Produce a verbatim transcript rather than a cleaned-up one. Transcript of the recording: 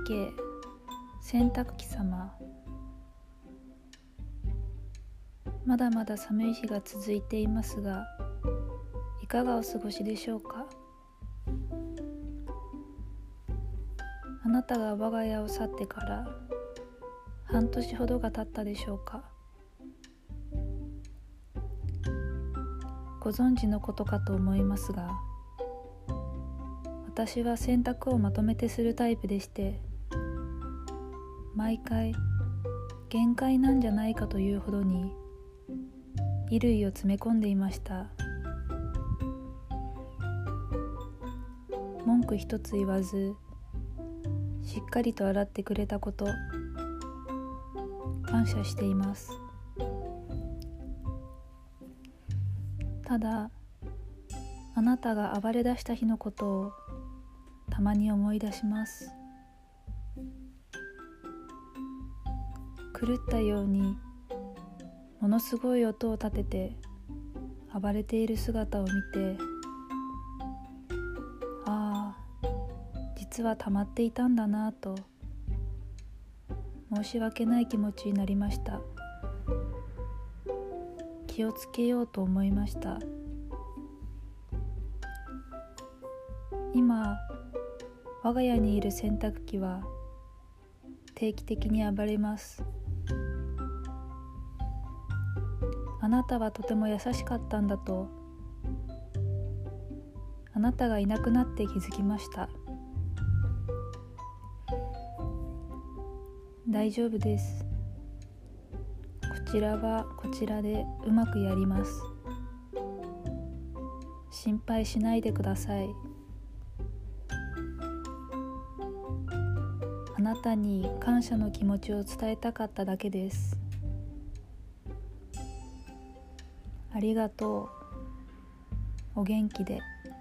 け洗濯機様。まだまだ寒い日が続いていますが、いかがお過ごしでしょうか。あなたが我が家を去ってから半年ほどが経ったでしょうか。ご存知のことかと思いますが、私は洗濯をまとめてするタイプでして、毎回限界なんじゃないかというほどに衣類を詰め込んでいました。文句一つ言わずしっかりと洗ってくれたこと、感謝しています。ただ、あなたが暴れ出した日のことをたまに思い出します。狂ったようにものすごい音を立てて暴れている姿を見て、ああ、実は溜まっていたんだなぁと申し訳ない気持ちになりました。気をつけようと思いました。今我が家にいる洗濯機は定期的に暴れます。あなたはとても優しかったんだと、あなたがいなくなって気づきました。大丈夫です。こちらはこちらでうまくやります。心配しないでください。あなたに感謝の気持ちを伝えたかっただけです。ありがとう。お元気で。